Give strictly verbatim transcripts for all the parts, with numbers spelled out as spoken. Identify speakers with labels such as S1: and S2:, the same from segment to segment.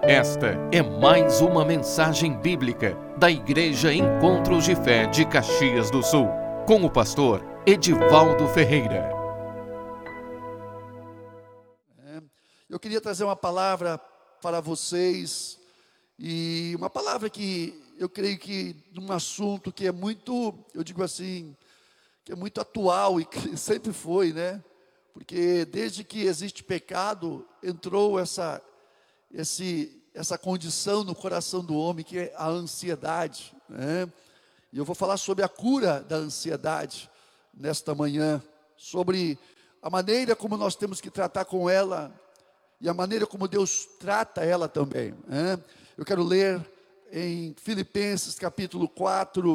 S1: Esta é mais uma mensagem bíblica da Igreja Encontros de Fé de Caxias do Sul, com o pastor Edivaldo Ferreira.
S2: Eu queria trazer uma palavra para vocês, e uma palavra que eu creio que num assunto que é muito, eu digo assim, que é muito atual e que sempre foi, né? Porque desde que existe pecado, entrou essa Esse, essa condição no coração do homem, que é a ansiedade, né? E eu vou falar sobre a cura da ansiedade nesta manhã, sobre a maneira como nós temos que tratar com ela e a maneira como Deus trata ela também, né? Eu quero ler em Filipenses capítulo quatro,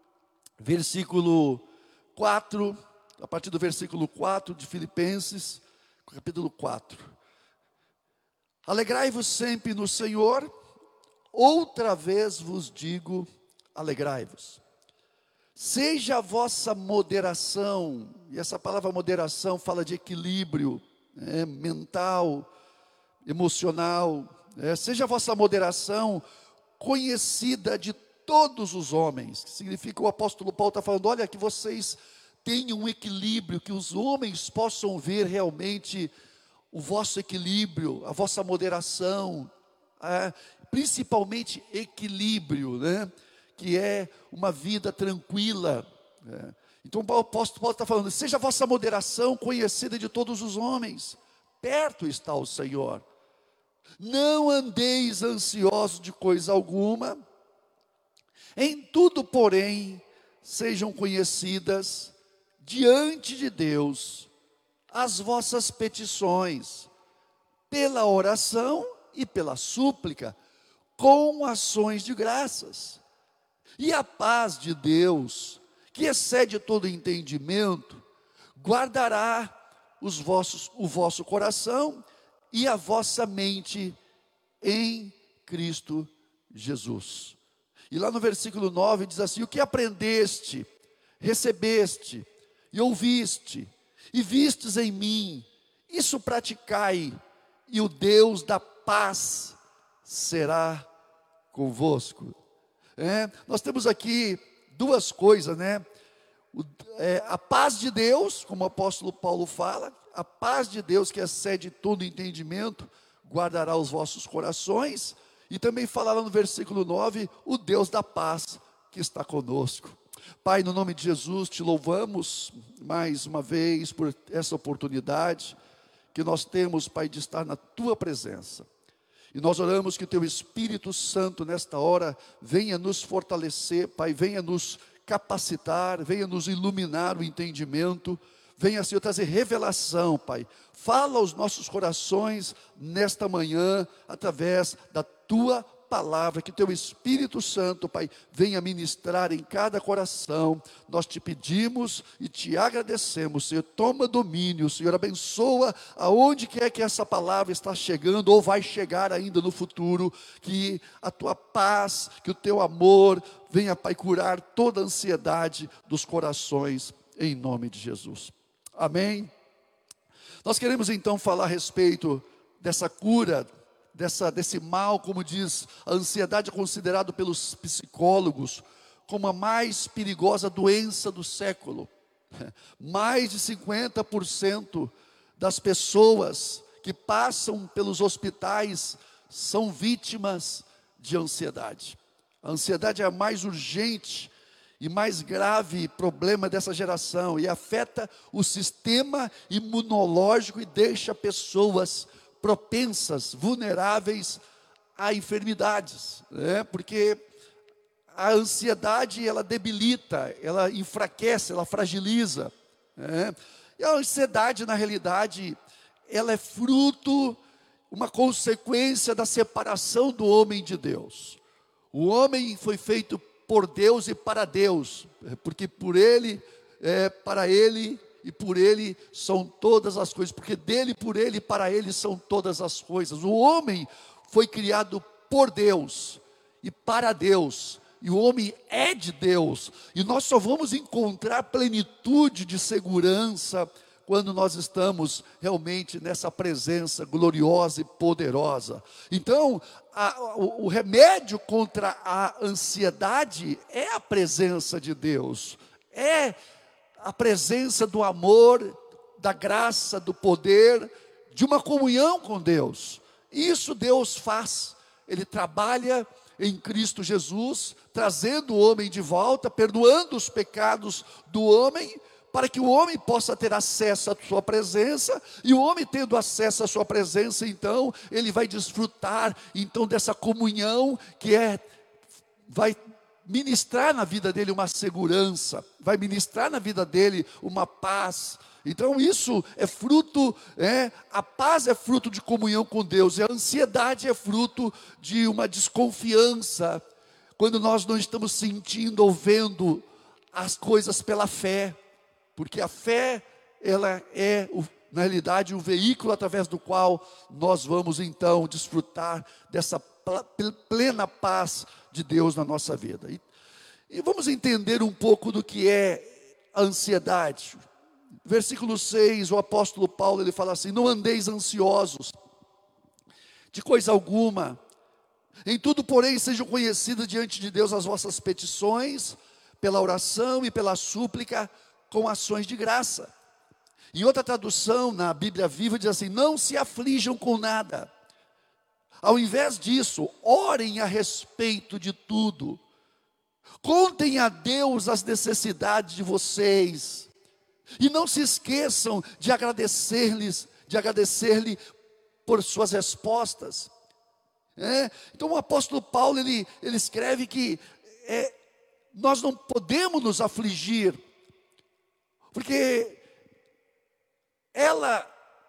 S2: versículo quatro, a partir do versículo quatro de Filipenses, capítulo quatro. Alegrai-vos sempre no Senhor, outra vez vos digo, alegrai-vos. Seja a vossa moderação, e essa palavra moderação fala de equilíbrio, né, mental, emocional, né, seja a vossa moderação conhecida de todos os homens, que significa, o apóstolo Paulo está falando, olha, que vocês tenham um equilíbrio, que os homens possam ver realmente o vosso equilíbrio, a vossa moderação, é, principalmente equilíbrio, né? Que é uma vida tranquila. É. Então o apóstolo Paulo está falando, seja a vossa moderação conhecida de todos os homens, perto está o Senhor. Não andeis ansiosos de coisa alguma, em tudo, porém, sejam conhecidas diante de Deus as vossas petições, pela oração e pela súplica, com ações de graças. E a paz de Deus, que excede todo entendimento, guardará os vossos, o vosso coração e a vossa mente em Cristo Jesus. E lá no versículo nove diz assim, o que aprendeste, recebeste e ouviste, e vistes em mim, isso praticai, e o Deus da paz será convosco. É, nós temos aqui duas coisas, né? O, é, a paz de Deus, como o apóstolo Paulo fala, a paz de Deus que excede todo entendimento, guardará os vossos corações, e também fala lá no versículo nove, o Deus da paz que está conosco. Pai, no nome de Jesus, te louvamos mais uma vez por essa oportunidade que nós temos, Pai, de estar na Tua presença. E nós oramos que o Teu Espírito Santo, nesta hora, venha nos fortalecer, Pai, venha nos capacitar, venha nos iluminar o entendimento, venha, Senhor, trazer revelação, Pai. Fala aos nossos corações nesta manhã, através da Tua palavra, que Teu Espírito Santo, Pai, venha ministrar em cada coração. Nós te pedimos e te agradecemos, Senhor, toma domínio, Senhor, abençoa aonde quer que essa palavra está chegando, ou vai chegar ainda no futuro, que a Tua paz, que o Teu amor, venha, Pai, curar toda a ansiedade dos corações, em nome de Jesus, amém? Nós queremos então falar a respeito dessa cura, Dessa, desse mal, como diz, a ansiedade é considerada pelos psicólogos como a mais perigosa doença do século. Mais de cinquenta por cento das pessoas que passam pelos hospitais são vítimas de ansiedade. A ansiedade é a mais urgente e mais grave problema dessa geração, e afeta o sistema imunológico e deixa pessoas propensas, vulneráveis a enfermidades, né? Porque a ansiedade, ela debilita, ela enfraquece, ela fragiliza, né? E a ansiedade, na realidade, ela é fruto, uma consequência da separação do homem de Deus. O homem foi feito por Deus e para Deus, porque por Ele, é, para Ele e por Ele são todas as coisas, porque dele, por Ele e para Ele são todas as coisas. O homem foi criado por Deus e para Deus, e o homem é de Deus, e nós só vamos encontrar plenitude de segurança quando nós estamos realmente nessa presença gloriosa e poderosa. Então, a, o, o remédio contra a ansiedade é a presença de Deus, é a presença do amor, da graça, do poder, de uma comunhão com Deus. Isso Deus faz, Ele trabalha em Cristo Jesus, trazendo o homem de volta, perdoando os pecados do homem, para que o homem possa ter acesso à sua presença, e o homem tendo acesso à sua presença, então, ele vai desfrutar, então, dessa comunhão, que é, vai ministrar na vida dele uma segurança, vai ministrar na vida dele uma paz. Então isso é fruto, é, a paz é fruto de comunhão com Deus, e a ansiedade é fruto de uma desconfiança, quando nós não estamos sentindo ou vendo as coisas pela fé, porque a fé, ela é, na realidade, o veículo através do qual nós vamos então desfrutar dessa plena paz de Deus na nossa vida. E, e vamos entender um pouco do que é a ansiedade. Versículo seis, o apóstolo Paulo, ele fala assim: não andeis ansiosos de coisa alguma, em tudo, porém, sejam conhecidas diante de Deus as vossas petições, pela oração e pela súplica, com ações de graça. Em outra tradução, na Bíblia Viva, diz assim: não se aflijam com nada. Ao invés disso, orem a respeito de tudo. Contem a Deus as necessidades de vocês. E não se esqueçam de agradecer-lhes, de agradecer-lhe por suas respostas. É, então o apóstolo Paulo, ele, ele escreve que é, nós não podemos nos afligir, porque ela,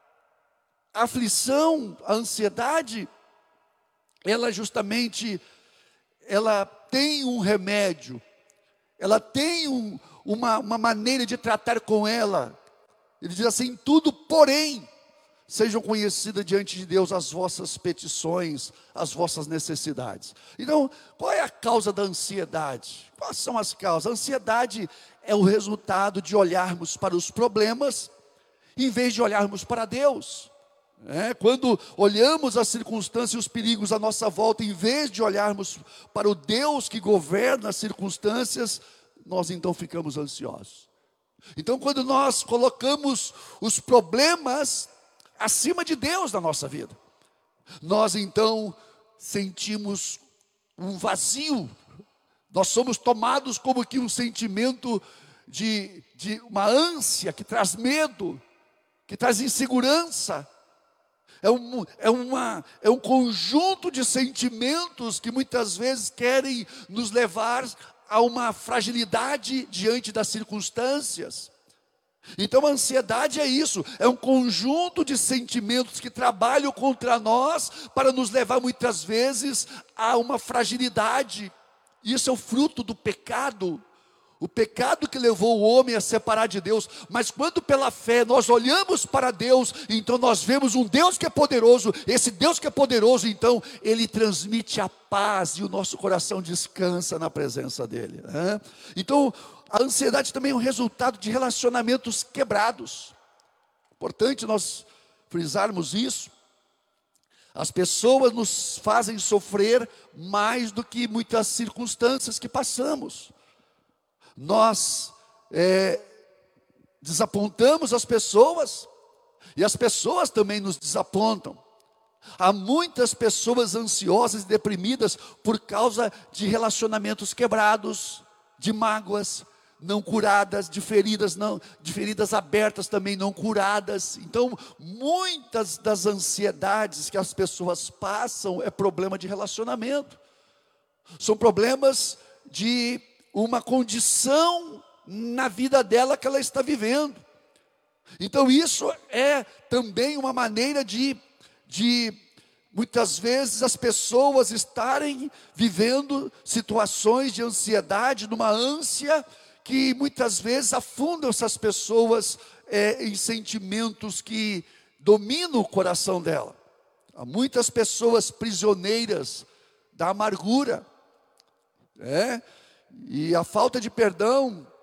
S2: a aflição, a ansiedade, ela justamente, ela tem um remédio, ela tem um, uma, uma maneira de tratar com ela. Ele diz assim: tudo, porém, sejam conhecidas diante de Deus as vossas petições, as vossas necessidades. Então, qual é a causa da ansiedade? Quais são as causas? A ansiedade é o resultado de olharmos para os problemas, em vez de olharmos para Deus. É, quando olhamos as circunstâncias e os perigos à nossa volta, em vez de olharmos para o Deus que governa as circunstâncias, nós então ficamos ansiosos. Então, quando nós colocamos os problemas acima de Deus na nossa vida, nós então sentimos um vazio, nós somos tomados como que um sentimento de, de uma ânsia que traz medo, que traz insegurança. É um, é, uma, é um conjunto de sentimentos que muitas vezes querem nos levar a uma fragilidade diante das circunstâncias. Então a ansiedade é isso, é um conjunto de sentimentos que trabalham contra nós para nos levar muitas vezes a uma fragilidade. Isso é o fruto do pecado. O pecado que levou o homem a separar de Deus. Mas quando pela fé nós olhamos para Deus, então nós vemos um Deus que é poderoso. Esse Deus que é poderoso, então, Ele transmite a paz e o nosso coração descansa na presença dEle, né? Então, a ansiedade também é um resultado de relacionamentos quebrados. Importante nós frisarmos isso. As pessoas nos fazem sofrer mais do que muitas circunstâncias que passamos. Nós é, desapontamos as pessoas, e as pessoas também nos desapontam. Há muitas pessoas ansiosas e deprimidas por causa de relacionamentos quebrados, de mágoas não curadas, de feridas, não, de feridas abertas também não curadas. Então, muitas das ansiedades que as pessoas passam é problema de relacionamento. São problemas de uma condição na vida dela que ela está vivendo. Então isso é também uma maneira de, de muitas vezes as pessoas estarem vivendo situações de ansiedade, numa ânsia que muitas vezes afundam essas pessoas é, em sentimentos que dominam o coração dela. Há muitas pessoas prisioneiras da amargura, é? E a falta de perdão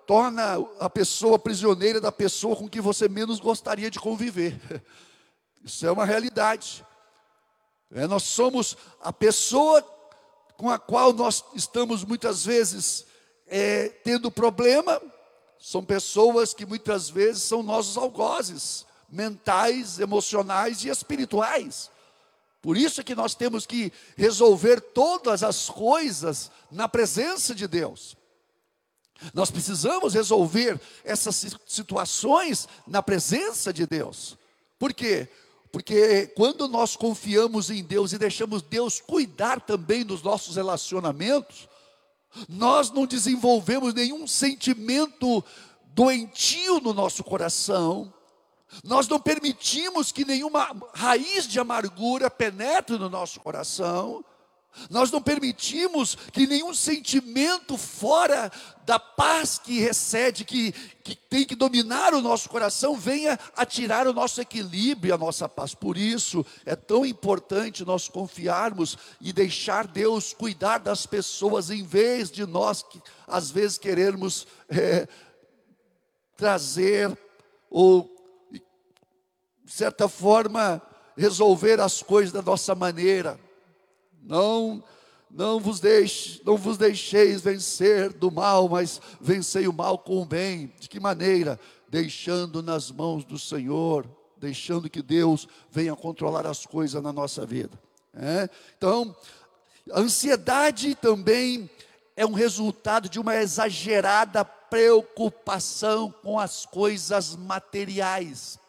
S2: torna a pessoa prisioneira da pessoa com que você menos gostaria de conviver. Isso é uma realidade. É, nós somos a pessoa com a qual nós estamos muitas vezes é, tendo problema. São pessoas que muitas vezes são nossos algozes mentais, emocionais e espirituais. Por isso é que nós temos que resolver todas as coisas na presença de Deus. Nós precisamos resolver essas situações na presença de Deus. Por quê? Porque quando nós confiamos em Deus e deixamos Deus cuidar também dos nossos relacionamentos, nós não desenvolvemos nenhum sentimento doentio no nosso coração, nós não permitimos que nenhuma raiz de amargura penetre no nosso coração, nós não permitimos que nenhum sentimento fora da paz que recede, que, que tem que dominar o nosso coração, venha a tirar o nosso equilíbrio e a nossa paz. Por isso é tão importante nós confiarmos e deixar Deus cuidar das pessoas, em vez de nós, que, às vezes, querermos é, trazer ou, de certa forma, resolver as coisas da nossa maneira. Não, não vos deixe, não vos deixeis vencer do mal, mas vencei o mal com o bem. De que maneira? Deixando nas mãos do Senhor, deixando que Deus venha controlar as coisas na nossa vida. É? Então, a ansiedade também é um resultado de uma exagerada preocupação com as coisas materiais.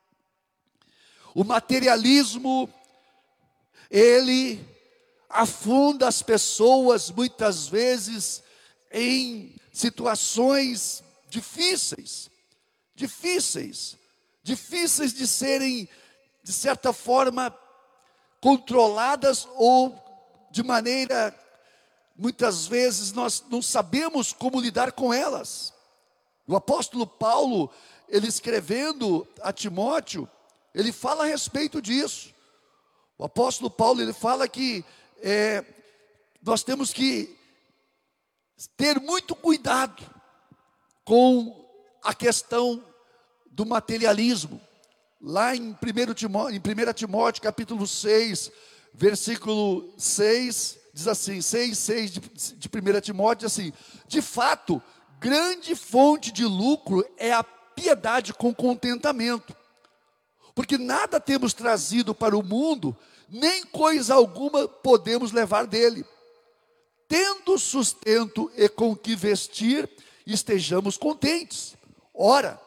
S2: O materialismo, ele afunda as pessoas muitas vezes em situações difíceis, difíceis, difíceis de serem, de certa forma, controladas, ou de maneira, muitas vezes nós não sabemos como lidar com elas. O apóstolo Paulo, ele escrevendo a Timóteo, ele fala a respeito disso. O apóstolo Paulo, ele fala que É, nós temos que ter muito cuidado com a questão do materialismo. Lá em primeiro Timóteo, em primeiro Timóteo capítulo seis, versículo seis, diz assim, seis, seis de, de primeiro Timóteo, diz assim: de fato, grande fonte de lucro é a piedade com contentamento, porque nada temos trazido para o mundo, nem coisa alguma podemos levar dele. Tendo sustento e com que vestir, estejamos contentes. Ora,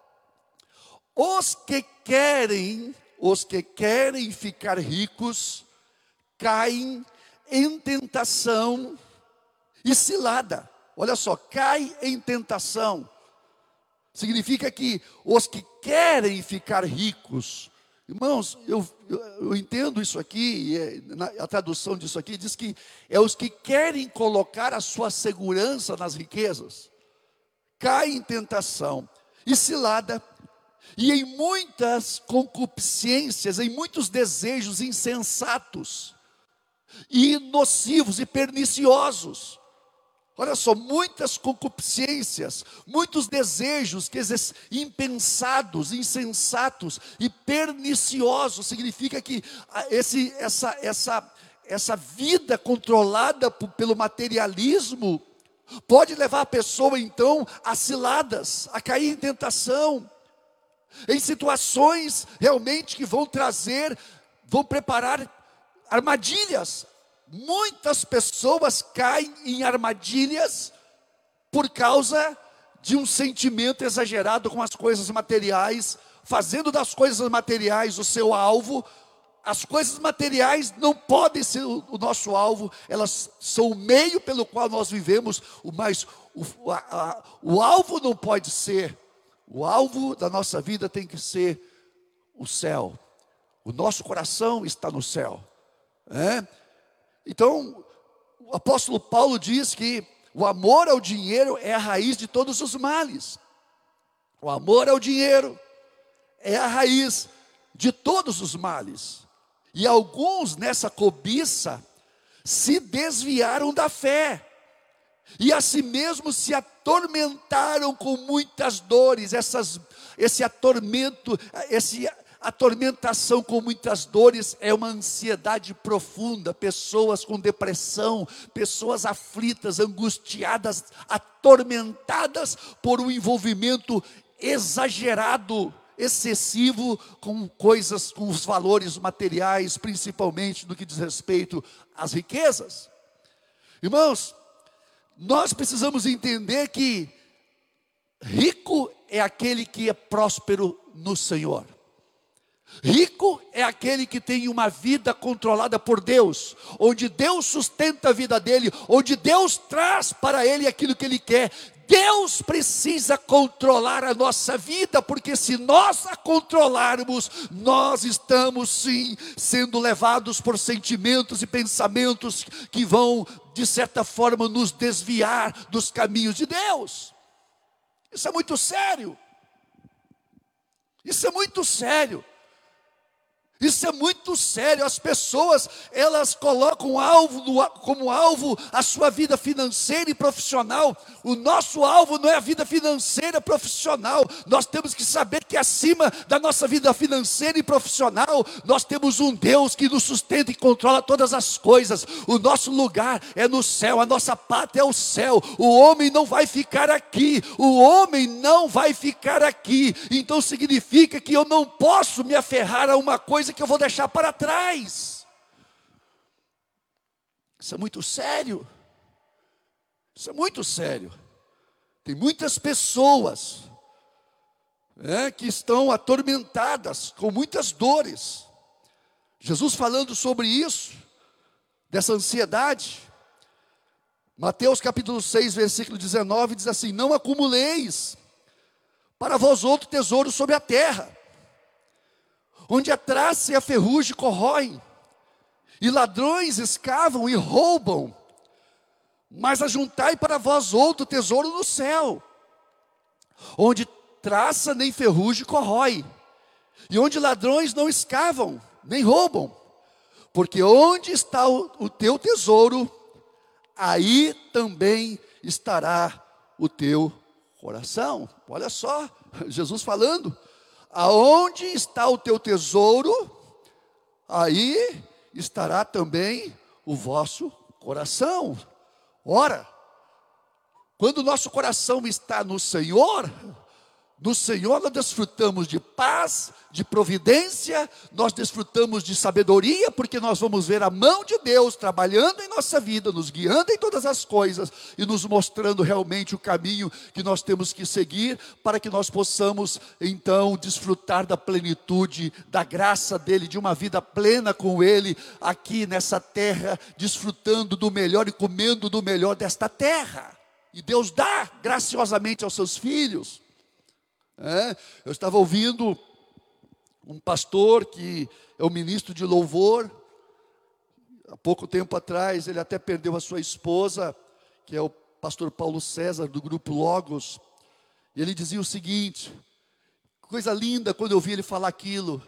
S2: os que querem, os que querem ficar ricos, caem em tentação e cilada. Olha só, cai em tentação. Significa que os que querem ficar ricos, irmãos, eu, eu, eu entendo isso aqui, é, na, a tradução disso aqui diz que é os que querem colocar a sua segurança nas riquezas, caem em tentação e cilada, e em muitas concupiscências, em muitos desejos insensatos, e nocivos e perniciosos. Olha só, muitas concupiscências, muitos desejos que impensados, insensatos e perniciosos. Significa que esse, essa, essa, essa vida controlada pelo materialismo pode levar a pessoa então a ciladas, a cair em tentação, em situações realmente que vão trazer, vão preparar armadilhas. Muitas pessoas caem em armadilhas por causa de um sentimento exagerado com as coisas materiais, fazendo das coisas materiais o seu alvo. As coisas materiais não podem ser o nosso alvo, elas são o meio pelo qual nós vivemos, mas o, a, a, o alvo não pode ser, o alvo da nossa vida tem que ser o céu. O nosso coração está no céu, é? Então, o apóstolo Paulo diz que o amor ao dinheiro é a raiz de todos os males. O amor ao dinheiro é a raiz de todos os males. E alguns nessa cobiça se desviaram da fé, e a si mesmo se atormentaram com muitas dores. Essas, esse atormento, esse atormentação com muitas dores é uma ansiedade profunda. Pessoas com depressão, pessoas aflitas, angustiadas, atormentadas por um envolvimento exagerado, excessivo com coisas, com os valores materiais, principalmente no que diz respeito às riquezas. Irmãos, nós precisamos entender que rico é aquele que é próspero no Senhor. Rico é aquele que tem uma vida controlada por Deus, onde Deus sustenta a vida dele, onde Deus traz para ele aquilo que ele quer. Deus precisa controlar a nossa vida, porque se nós a controlarmos, nós estamos sim sendo levados por sentimentos e pensamentos que vão, de certa forma, nos desviar dos caminhos de Deus. Isso é muito sério. Isso é muito sério. Isso é muito sério. As pessoas, elas colocam alvo no, como alvo a sua vida financeira e profissional. O nosso alvo não é a vida financeira profissional. Nós temos que saber que acima da nossa vida financeira e profissional, nós temos um Deus que nos sustenta e controla todas as coisas. O nosso lugar é no céu, a nossa pátria é o céu. O homem não vai ficar aqui. O homem não vai ficar aqui. Então significa que eu não posso me aferrar a uma coisa que eu vou deixar para trás. Isso é muito sério. Isso é muito sério. Tem muitas pessoas é, que estão atormentadas com muitas dores. Jesus falando sobre isso, dessa ansiedade, Mateus capítulo seis, versículo dezenove, diz assim: não acumuleis para vós outro tesouro sobre a terra, onde a traça e a ferrugem corroem, e ladrões escavam e roubam, mas ajuntai para vós outro tesouro no céu, onde traça nem ferrugem corrói, e onde ladrões não escavam, nem roubam, porque onde está o, o teu tesouro, aí também estará o teu coração. Olha só, Jesus falando. Aonde está o teu tesouro, aí estará também o vosso coração. Ora, quando o nosso coração está no Senhor, no Senhor nós desfrutamos de paz, de providência, nós desfrutamos de sabedoria, porque nós vamos ver a mão de Deus trabalhando em nossa vida, nos guiando em todas as coisas e nos mostrando realmente o caminho que nós temos que seguir, para que nós possamos então desfrutar da plenitude, da graça dele, de uma vida plena com ele aqui nessa terra, desfrutando do melhor e comendo do melhor desta terra. E Deus dá graciosamente aos seus filhos. É, eu estava ouvindo um pastor que é o ministro de louvor. Há pouco tempo atrás ele até perdeu a sua esposa, que é o pastor Paulo César do grupo Logos. E ele dizia o seguinte, coisa linda quando eu vi ele falar aquilo,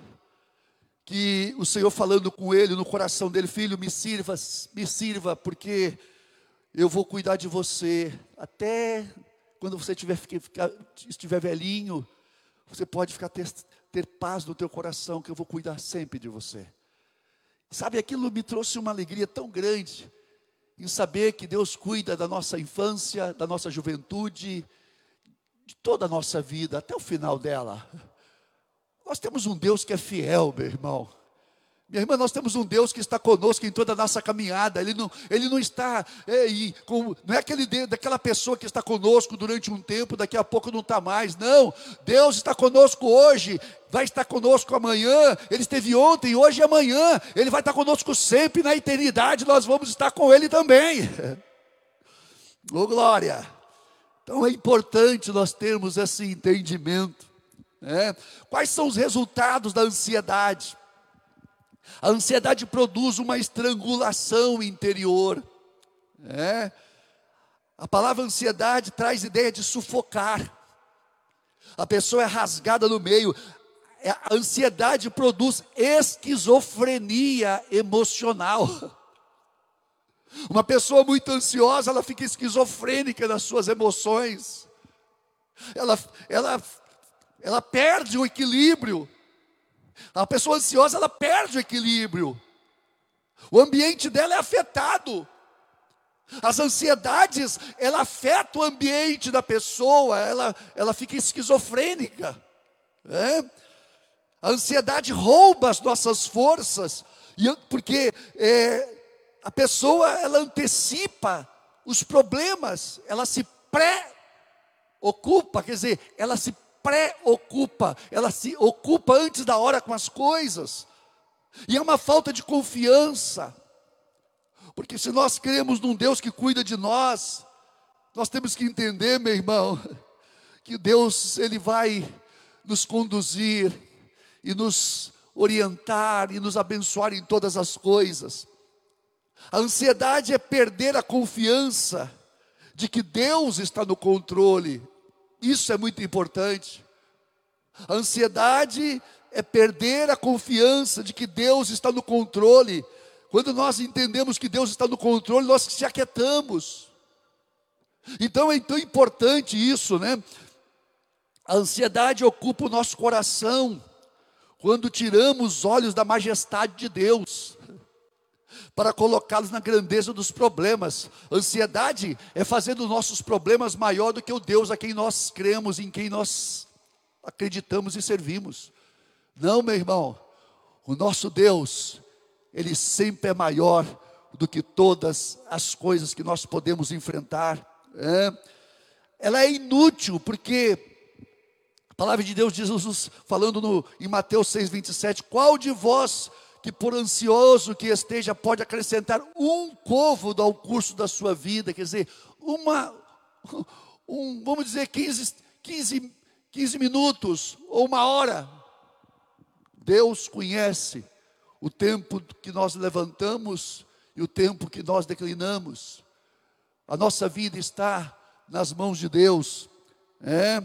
S2: que o Senhor falando com ele no coração dele: filho, me sirva, me sirva, porque eu vou cuidar de você até quando você tiver, ficar, estiver velhinho, você pode ficar ter, ter paz no teu coração, que eu vou cuidar sempre de você. Sabe, aquilo me trouxe uma alegria tão grande, em saber que Deus cuida da nossa infância, da nossa juventude, de toda a nossa vida, até o final dela. Nós temos um Deus que é fiel, meu irmão. Minha irmã, nós temos um Deus que está conosco em toda a nossa caminhada. Ele não, ele não está, é, e, com, não é aquele, daquela pessoa que está conosco durante um tempo, daqui a pouco não está mais. Não, Deus está conosco hoje, vai estar conosco amanhã. Ele esteve ontem, hoje e amanhã. Ele vai estar conosco sempre, na eternidade nós vamos estar com Ele também. Ô glória! Então é importante nós termos esse entendimento, né? Quais são os resultados da ansiedade? A ansiedade produz uma estrangulação interior, né? A palavra ansiedade traz ideia de sufocar. A pessoa é rasgada no meio. A ansiedade produz esquizofrenia emocional. Uma pessoa muito ansiosa, ela fica esquizofrênica nas suas emoções. Ela, ela, ela perde o equilíbrio. A pessoa ansiosa, ela perde o equilíbrio. O ambiente dela é afetado. As ansiedades, ela afeta o ambiente da pessoa. Ela, ela fica esquizofrênica. É? A ansiedade rouba as nossas forças. E, porque é, a pessoa, ela antecipa os problemas. Ela se pré-ocupa, quer dizer, ela se preocupa, ela se ocupa antes da hora com as coisas, e é uma falta de confiança, porque se nós cremos num Deus que cuida de nós, nós temos que entender, meu irmão, que Deus, Ele vai nos conduzir, e nos orientar, e nos abençoar em todas as coisas. A ansiedade é perder a confiança, de que Deus está no controle. Isso é muito importante. A ansiedade é perder a confiança de que Deus está no controle. Quando nós entendemos que Deus está no controle, nós se aquietamos. Então é tão importante isso, né? A ansiedade ocupa o nosso coração, quando tiramos os olhos da majestade de Deus, para colocá-los na grandeza dos problemas. Ansiedade é fazer dos nossos problemas maior do que o Deus a quem nós cremos, em quem nós acreditamos e servimos. Não, meu irmão, o nosso Deus, Ele sempre é maior do que todas as coisas que nós podemos enfrentar. É. Ela é inútil, porque a palavra de Deus diz, Jesus falando no, em Mateus seis, vinte e sete, qual de vós que por ansioso que esteja, pode acrescentar um côvado ao curso da sua vida, quer dizer, uma, um, vamos dizer, quinze, quinze, quinze minutos, ou uma hora. Deus conhece o tempo que nós levantamos, e o tempo que nós declinamos. A nossa vida está nas mãos de Deus, é.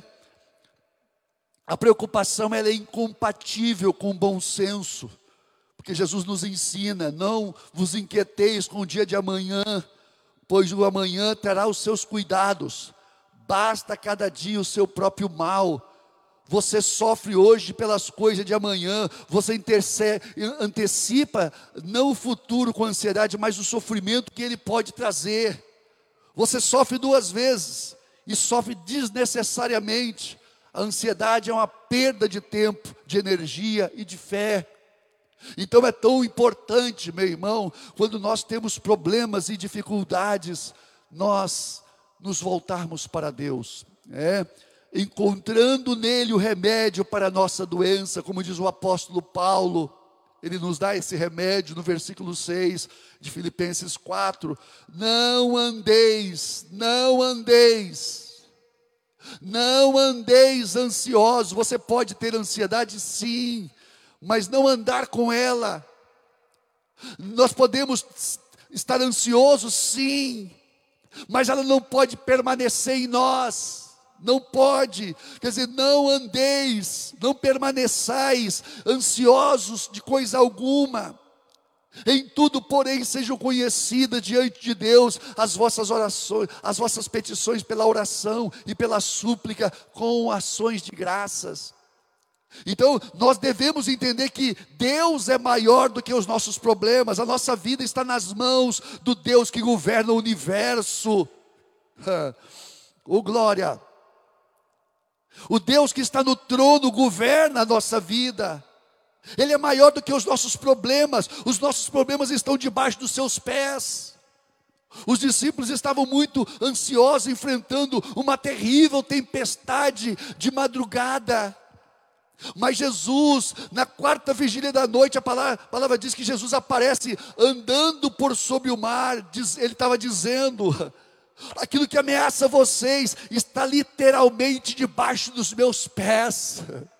S2: A preocupação, ela é incompatível com o bom senso, porque Jesus nos ensina, não vos inquieteis com o dia de amanhã, pois o amanhã terá os seus cuidados, basta cada dia o seu próprio mal. Você sofre hoje pelas coisas de amanhã, você interce- antecipa, não o futuro com ansiedade, mas o sofrimento que ele pode trazer. Você sofre duas vezes, e sofre desnecessariamente. A ansiedade é uma perda de tempo, de energia e de fé. Então é tão importante, meu irmão, quando nós temos problemas e dificuldades, nós nos voltarmos para Deus, é, encontrando nele o remédio para a nossa doença, como diz o apóstolo Paulo. Ele nos dá esse remédio no versículo seis de Filipenses quatro, não andeis, não andeis, não andeis ansiosos. Você pode ter ansiedade, sim, mas não andar com ela. Nós podemos estar ansiosos, sim, mas ela não pode permanecer em nós, não pode, quer dizer, não andeis, não permaneçais ansiosos de coisa alguma. Em tudo, porém, sejam conhecidas diante de Deus as vossas orações, as vossas petições pela oração e pela súplica com ações de graças. Então, nós devemos entender que Deus é maior do que os nossos problemas. A nossa vida está nas mãos do Deus que governa o universo. Oh, glória! O Deus que está no trono governa a nossa vida. Ele é maior do que os nossos problemas. Os nossos problemas estão debaixo dos seus pés. Os discípulos estavam muito ansiosos, enfrentando uma terrível tempestade de madrugada. Mas Jesus, na quarta vigília da noite, a palavra, a palavra diz que Jesus aparece andando por sobre o mar. Diz, ele estava dizendo, aquilo que ameaça vocês está literalmente debaixo dos meus pés.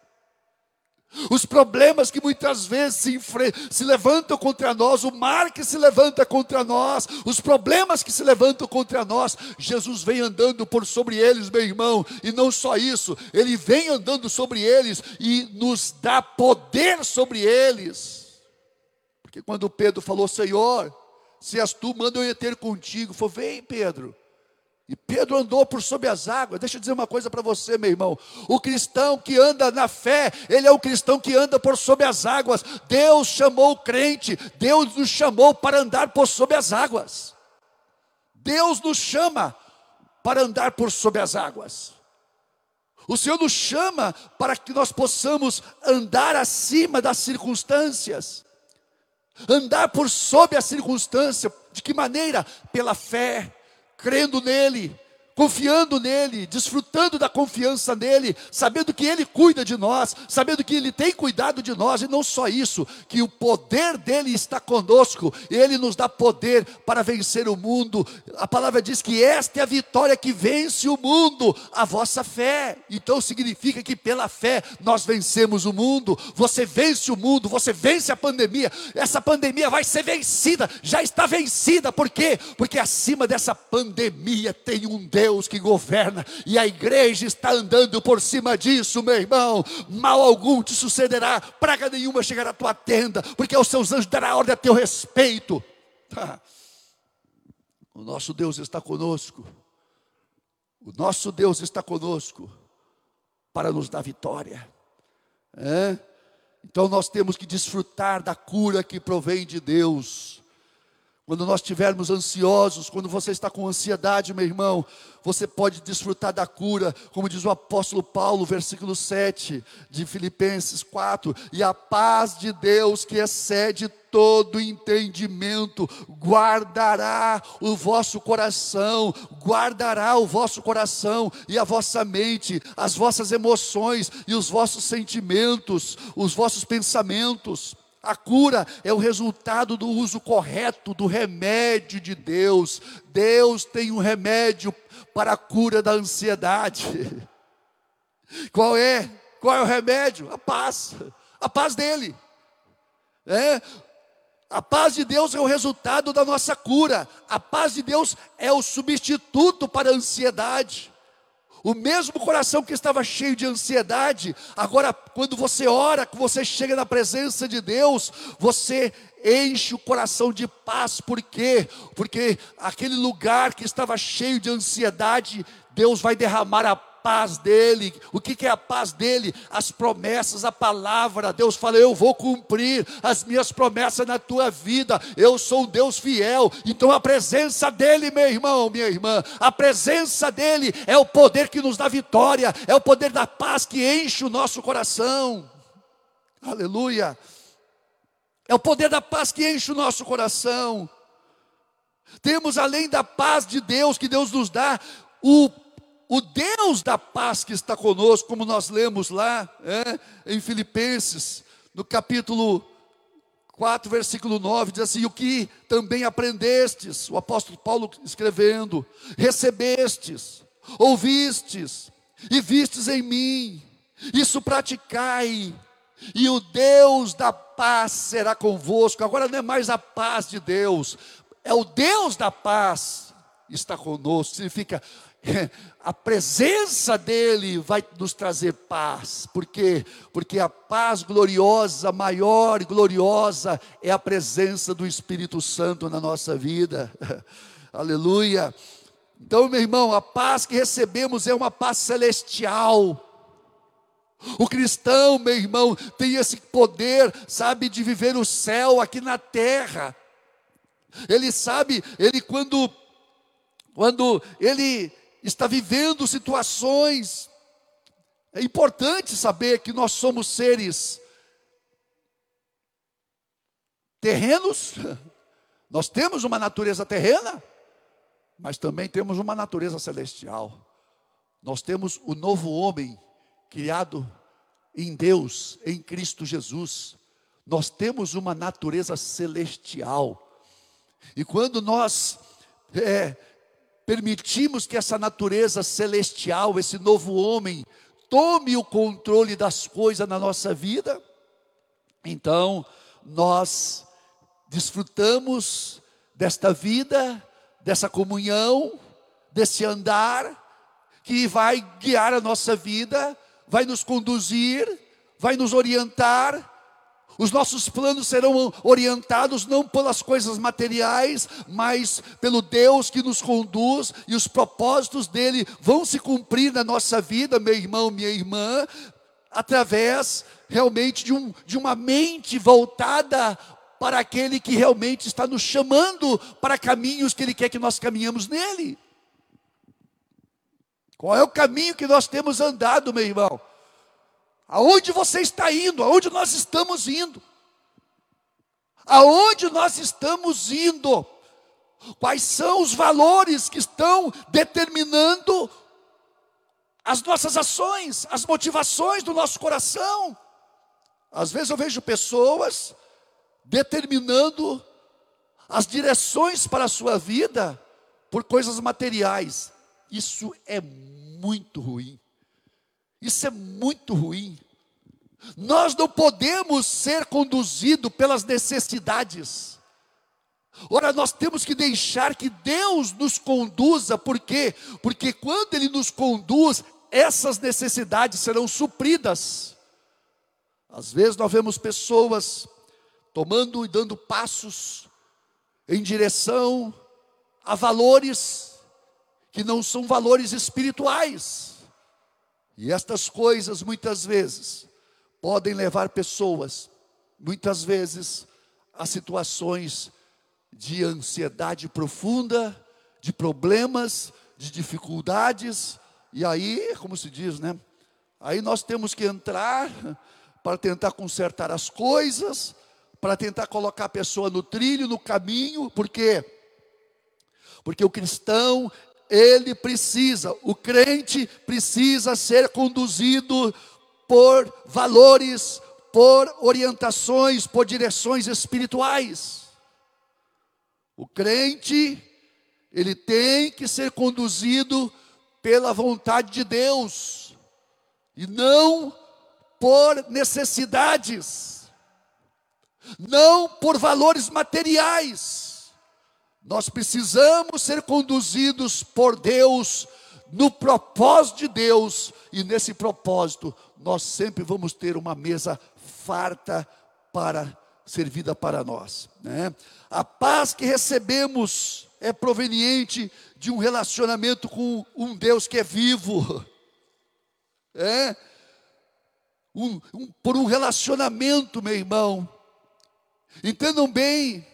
S2: Os problemas que muitas vezes se, enfre- se levantam contra nós, o mar que se levanta contra nós, os problemas que se levantam contra nós, Jesus vem andando por sobre eles, meu irmão, e não só isso, Ele vem andando sobre eles e nos dá poder sobre eles. Porque quando Pedro falou, Senhor, se és tu, manda eu ir ter contigo. Falou, vem Pedro. E Pedro andou por sobre as águas. Deixa eu dizer uma coisa para você, meu irmão. O cristão que anda na fé, ele é o cristão que anda por sobre as águas. Deus chamou o crente, Deus nos chamou para andar por sobre as águas. Deus nos chama para andar por sobre as águas. O Senhor nos chama para que nós possamos andar acima das circunstâncias. Andar por sobre a circunstância. De que maneira? Pela fé. Crendo nele, confiando nele, desfrutando da confiança nele, sabendo que ele cuida de nós, sabendo que ele tem cuidado de nós, e não só isso, que o poder dele está conosco, ele nos dá poder para vencer o mundo. A palavra diz que esta é a vitória que vence o mundo, a vossa fé. Então significa que pela fé nós vencemos o mundo. Você vence o mundo, você vence a pandemia. Essa pandemia vai ser vencida, já está vencida. Por quê? Porque acima dessa pandemia tem um Deus Deus que governa, e a igreja está andando por cima disso, meu irmão. Mal algum te sucederá, praga nenhuma chegará à tua tenda, porque aos seus anjos dará ordem a teu respeito. O nosso Deus está conosco, o nosso Deus está conosco, para nos dar vitória. É? Então nós temos que desfrutar da cura que provém de Deus. Quando nós estivermos ansiosos, quando você está com ansiedade, meu irmão, você pode desfrutar da cura, como diz o apóstolo Paulo, versículo sete de Filipenses quatro, e a paz de Deus que excede todo entendimento, guardará o vosso coração, guardará o vosso coração e a vossa mente, as vossas emoções e os vossos sentimentos, os vossos pensamentos. A cura é o resultado do uso correto do remédio de Deus. Deus tem um remédio para a cura da ansiedade. Qual é? Qual é o remédio? A paz. A paz dele. É? A paz de Deus é o resultado da nossa cura. A paz de Deus é o substituto para a ansiedade. O mesmo coração que estava cheio de ansiedade, agora quando você ora, que você chega na presença de Deus, você enche o coração de paz. Por quê? Porque aquele lugar que estava cheio de ansiedade, Deus vai derramar a paz dele. O que que é a paz dele? As promessas, a palavra. Deus fala, eu vou cumprir as minhas promessas na tua vida, eu sou um Deus fiel. Então a presença dele, meu irmão, minha irmã, a presença dele é o poder que nos dá vitória, é o poder da paz que enche o nosso coração. Aleluia. É o poder da paz que enche o nosso coração. Temos, além da paz de Deus que Deus nos dá, o O Deus da paz que está conosco, como nós lemos lá, é, em Filipenses, no capítulo quatro, versículo nove, diz assim, o que também aprendestes, o apóstolo Paulo escrevendo, recebestes, ouvistes, e vistes em mim, isso praticai, e o Deus da paz será convosco. Agora não é mais a paz de Deus, é o Deus da paz está conosco. Significa, a presença dele vai nos trazer paz. Por quê? Porque a paz gloriosa, maior e gloriosa, é a presença do Espírito Santo na nossa vida. Aleluia. Então, meu irmão, a paz que recebemos é uma paz celestial. O cristão, meu irmão, tem esse poder, sabe, de viver o céu aqui na terra. Ele sabe, ele quando, quando ele está vivendo situações, é importante saber que nós somos seres terrenos, nós temos uma natureza terrena, mas também temos uma natureza celestial. Nós temos o novo homem, criado em Deus, em Cristo Jesus. Nós temos uma natureza celestial, e quando nós é, permitimos que essa natureza celestial, esse novo homem, tome o controle das coisas na nossa vida, então nós desfrutamos desta vida, dessa comunhão, desse andar, que vai guiar a nossa vida, vai nos conduzir, vai nos orientar. Os nossos planos serão orientados não pelas coisas materiais, mas pelo Deus que nos conduz, e os propósitos dele vão se cumprir na nossa vida, meu irmão, minha irmã, através realmente de, um, de uma mente voltada para aquele que realmente está nos chamando para caminhos que ele quer que nós caminhamos nele. Qual é o caminho que nós temos andado, meu irmão? Aonde você está indo? Aonde nós estamos indo? Aonde nós estamos indo? Quais são os valores que estão determinando as nossas ações, as motivações do nosso coração? Às vezes eu vejo pessoas determinando as direções para a sua vida por coisas materiais. Isso é muito ruim. Isso é muito ruim. Nós não podemos ser conduzidos pelas necessidades. Ora, nós temos que deixar que Deus nos conduza. Por quê? Porque quando Ele nos conduz, essas necessidades serão supridas. Às vezes nós vemos pessoas tomando e dando passos em direção a valores que não são valores espirituais. E estas coisas, muitas vezes, podem levar pessoas, muitas vezes, a situações de ansiedade profunda, de problemas, de dificuldades. E aí, como se diz, né? Aí nós temos que entrar para tentar consertar as coisas, para tentar colocar a pessoa no trilho, no caminho. Por quê? Porque o cristão, ele precisa, o crente precisa ser conduzido por valores, por orientações, por direções espirituais. O crente, ele tem que ser conduzido pela vontade de Deus, e não por necessidades, não por valores materiais. Nós precisamos ser conduzidos por Deus, no propósito de Deus, e nesse propósito, nós sempre vamos ter uma mesa farta para servida para nós, né? A paz que recebemos é proveniente de um relacionamento com um Deus que é vivo, é? Um, um, por um relacionamento, meu irmão. Entendam bem,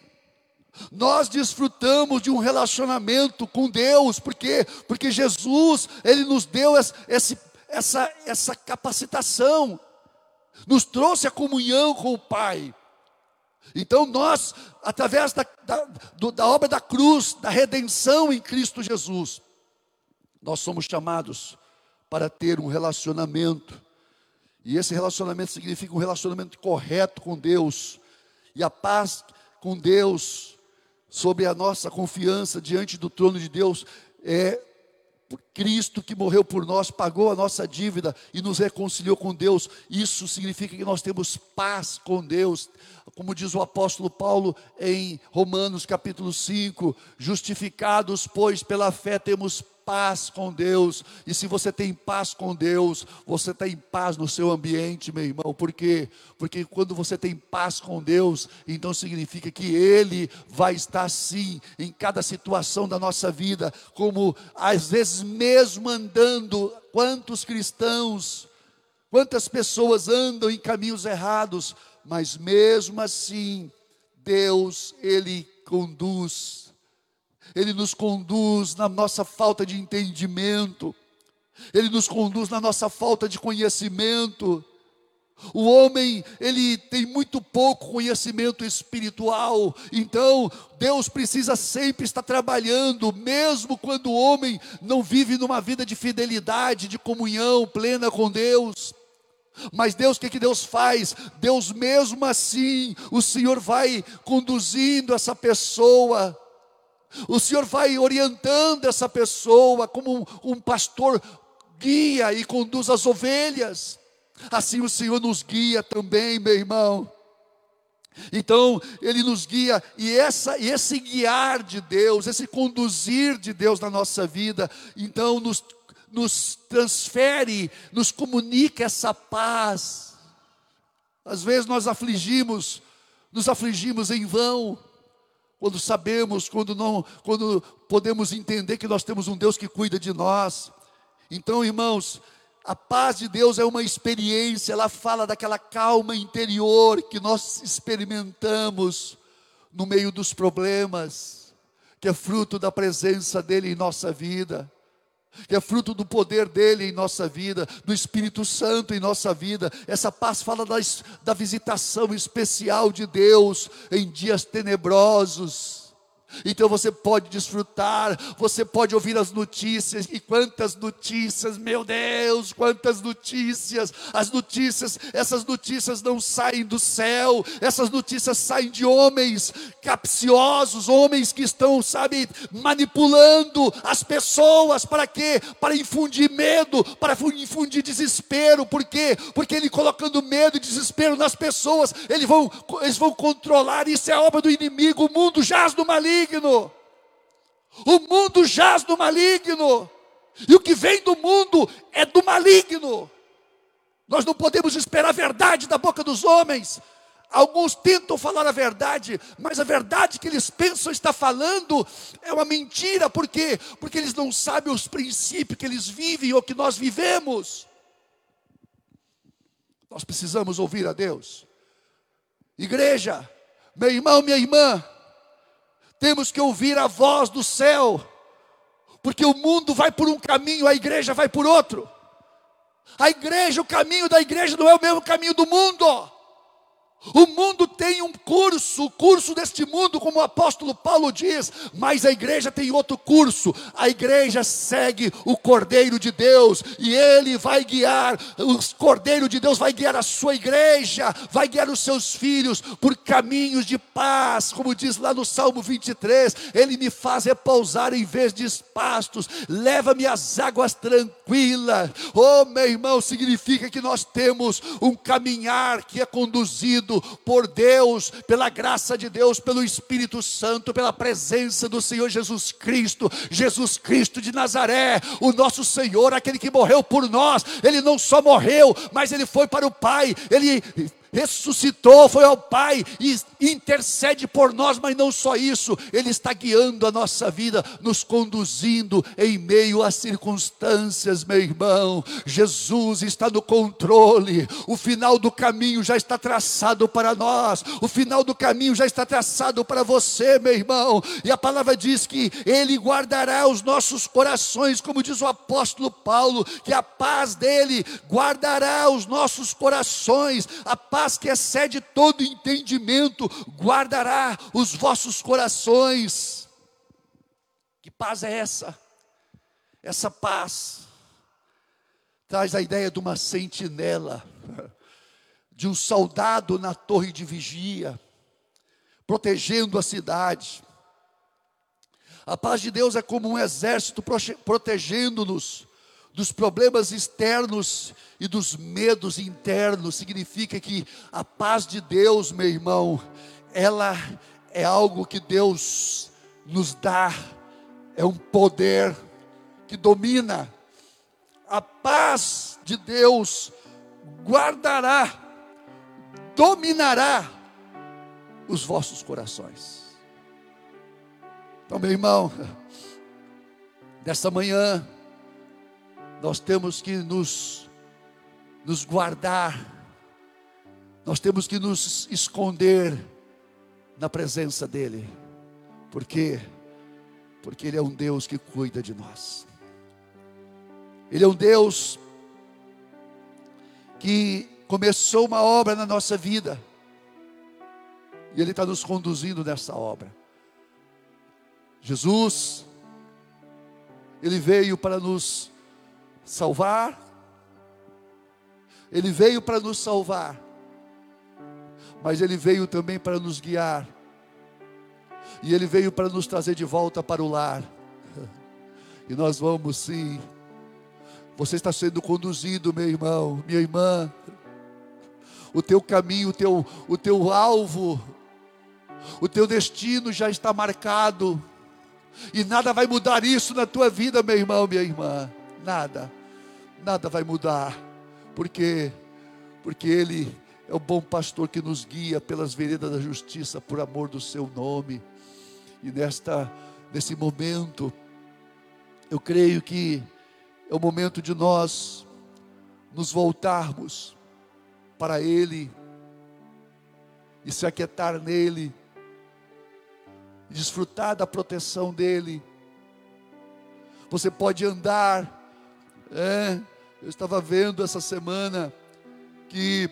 S2: nós desfrutamos de um relacionamento com Deus. Por quê? Porque Jesus, Ele nos deu essa, essa, essa capacitação, nos trouxe a comunhão com o Pai. Então nós, através da, da, do, da obra da cruz, da redenção em Cristo Jesus, nós somos chamados para ter um relacionamento. E esse relacionamento significa um relacionamento correto com Deus. E a paz com Deus, sobre a nossa confiança diante do trono de Deus, é por Cristo que morreu por nós, pagou a nossa dívida e nos reconciliou com Deus. Isso significa que nós temos paz com Deus. Como diz o apóstolo Paulo em Romanos capítulo cinco, justificados, pois, pela fé temos paz com Deus. E se você tem paz com Deus, você tem paz no seu ambiente, meu irmão. Por quê? Porque quando você tem paz com Deus, então significa que Ele vai estar sim em cada situação da nossa vida. Como às vezes mesmo andando, quantos cristãos, quantas pessoas andam em caminhos errados, mas mesmo assim Deus, Ele conduz. Ele nos conduz na nossa falta de entendimento, Ele nos conduz na nossa falta de conhecimento. O homem, ele tem muito pouco conhecimento espiritual, então Deus precisa sempre estar trabalhando, mesmo quando o homem não vive numa vida de fidelidade, de comunhão plena com Deus. Mas Deus, o que que Deus faz? Deus mesmo assim, o Senhor vai conduzindo essa pessoa, o Senhor vai orientando essa pessoa, como um, um pastor guia e conduz as ovelhas. Assim o Senhor nos guia também, meu irmão. Então Ele nos guia, e essa, esse guiar de Deus, esse conduzir de Deus na nossa vida, então nos, nos transfere, nos comunica essa paz. Às vezes nós afligimos, nos afligimos em vão, quando sabemos, quando não, quando podemos entender que nós temos um Deus que cuida de nós. Então, irmãos, a paz de Deus é uma experiência, ela fala daquela calma interior que nós experimentamos no meio dos problemas, que é fruto da presença dEle em nossa vida, que é fruto do poder dEle em nossa vida, do Espírito Santo em nossa vida. Essa paz fala da, da visitação especial de Deus em dias tenebrosos. Então você pode desfrutar, você pode ouvir as notícias, e quantas notícias, meu Deus, quantas notícias. As notícias, essas notícias não saem do céu, essas notícias saem de homens capciosos, homens que estão, sabe, manipulando as pessoas. Para quê? Para infundir medo, para infundir desespero. Por quê? Porque ele colocando medo e desespero nas pessoas, eles vão, eles vão controlar. Isso é obra do inimigo. O mundo jaz no maligno. O mundo jaz no maligno, e o que vem do mundo é do maligno. Nós não podemos esperar a verdade da boca dos homens. Alguns tentam falar a verdade, mas a verdade que eles pensam estar falando é uma mentira. Por quê? Porque eles não sabem os princípios que eles vivem ou que nós vivemos. Nós precisamos ouvir a Deus. Igreja, meu irmão, minha irmã, temos que ouvir a voz do céu, porque o mundo vai por um caminho, a igreja vai por outro. A igreja, o caminho da igreja não é o mesmo caminho do mundo. O mundo tem um curso, o curso deste mundo, como o apóstolo Paulo diz, mas a igreja tem outro curso. A igreja segue o Cordeiro de Deus, e Ele vai guiar, o Cordeiro de Deus vai guiar a sua igreja, vai guiar os seus filhos por caminhos de paz, como diz lá no Salmo vinte e três, Ele me faz repousar em vez de pastos, leva-me às águas tranquilas. Oh, meu irmão, significa que nós temos um caminhar que é conduzido por Deus, pela graça de Deus, pelo Espírito Santo, pela presença do Senhor Jesus Cristo. Jesus Cristo de Nazaré, o nosso Senhor, aquele que morreu por nós. Ele não só morreu, mas Ele foi para o Pai, Ele ressuscitou, foi ao Pai e intercede por nós. Mas não só isso, Ele está guiando a nossa vida, nos conduzindo em meio às circunstâncias, meu irmão. Jesus está no controle. O final do caminho já está traçado para nós, o final do caminho já está traçado para você, meu irmão. E a palavra diz que Ele guardará os nossos corações, como diz o apóstolo Paulo, que a paz dEle guardará os nossos corações. A paz que excede todo entendimento guardará os vossos corações. Que paz é essa? Essa paz traz a ideia de uma sentinela, de um soldado na torre de vigia, protegendo a cidade. A paz de Deus é como um exército protegendo-nos dos problemas externos e dos medos internos. Significa que a paz de Deus, meu irmão, ela é algo que Deus nos dá, é um poder que domina. A paz de Deus guardará, dominará os vossos corações. Então, meu irmão, nessa manhã, nós temos que nos, nos guardar, nós temos que nos esconder na presença dEle. Por quê? Porque Ele é um Deus que cuida de nós. Ele é um Deus que começou uma obra na nossa vida, e Ele está nos conduzindo nessa obra. Jesus, Ele veio para nos salvar, Ele veio para nos salvar, mas Ele veio também para nos guiar, e Ele veio para nos trazer de volta para o lar. E nós vamos sim. Você está sendo conduzido, meu irmão, minha irmã. O teu caminho, o teu, o teu alvo, o teu destino já está marcado, e nada vai mudar isso na tua vida, meu irmão, minha irmã. Nada, nada vai mudar. Por quê? Porque Ele, é o bom pastor que nos guia pelas veredas da justiça por amor do seu nome. E nesta, nesse momento, eu creio que é o momento de nós nos voltarmos para Ele e se aquietar nele, e desfrutar da proteção dEle. Você pode andar, é, eu estava vendo essa semana que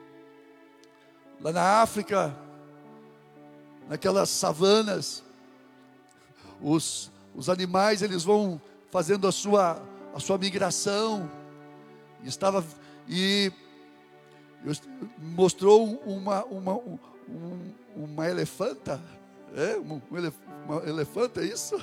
S2: lá na África, naquelas savanas, os, os animais eles vão fazendo a sua, a sua migração. E estava e mostrou uma uma um, uma elefanta, é um, um elef, uma elefanta, é isso?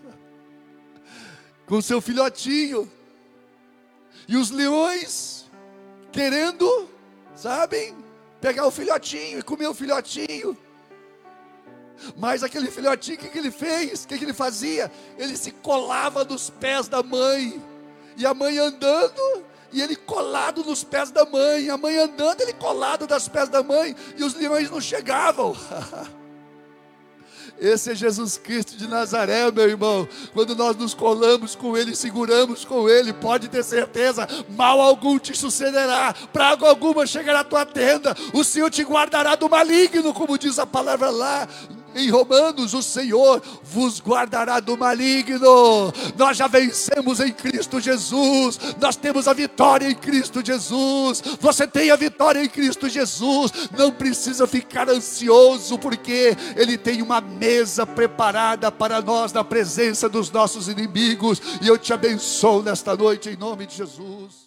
S2: Com seu filhotinho. E os leões querendo, sabem, pegar o filhotinho e comer o filhotinho. Mas aquele filhotinho, o que, que ele fez? O que, que ele fazia? Ele se colava nos pés da mãe. E a mãe andando, e ele colado nos pés da mãe. A mãe andando, ele colado nos pés da mãe. E os leões não chegavam. Esse é Jesus Cristo de Nazaré, meu irmão. Quando nós nos colamos com Ele, seguramos com Ele, pode ter certeza, mal algum te sucederá, praga alguma chegará à tua tenda, o Senhor te guardará do maligno, como diz a palavra lá em Romanos, o Senhor vos guardará do maligno. Nós já vencemos em Cristo Jesus, nós temos a vitória em Cristo Jesus. Você tem a vitória em Cristo Jesus, não precisa ficar ansioso, porque Ele tem uma mesa preparada para nós na presença dos nossos inimigos. E eu te abençoo nesta noite em nome de Jesus.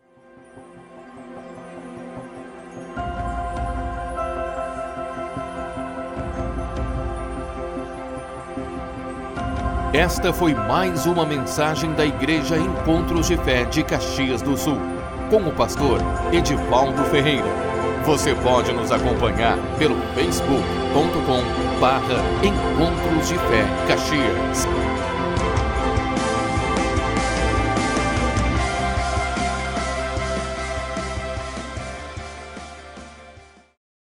S1: Esta foi mais uma mensagem da Igreja Encontros de Fé de Caxias do Sul, com o pastor Edivaldo Ferreira. Você pode nos acompanhar pelo facebook ponto com barra Encontros de Fé Caxias.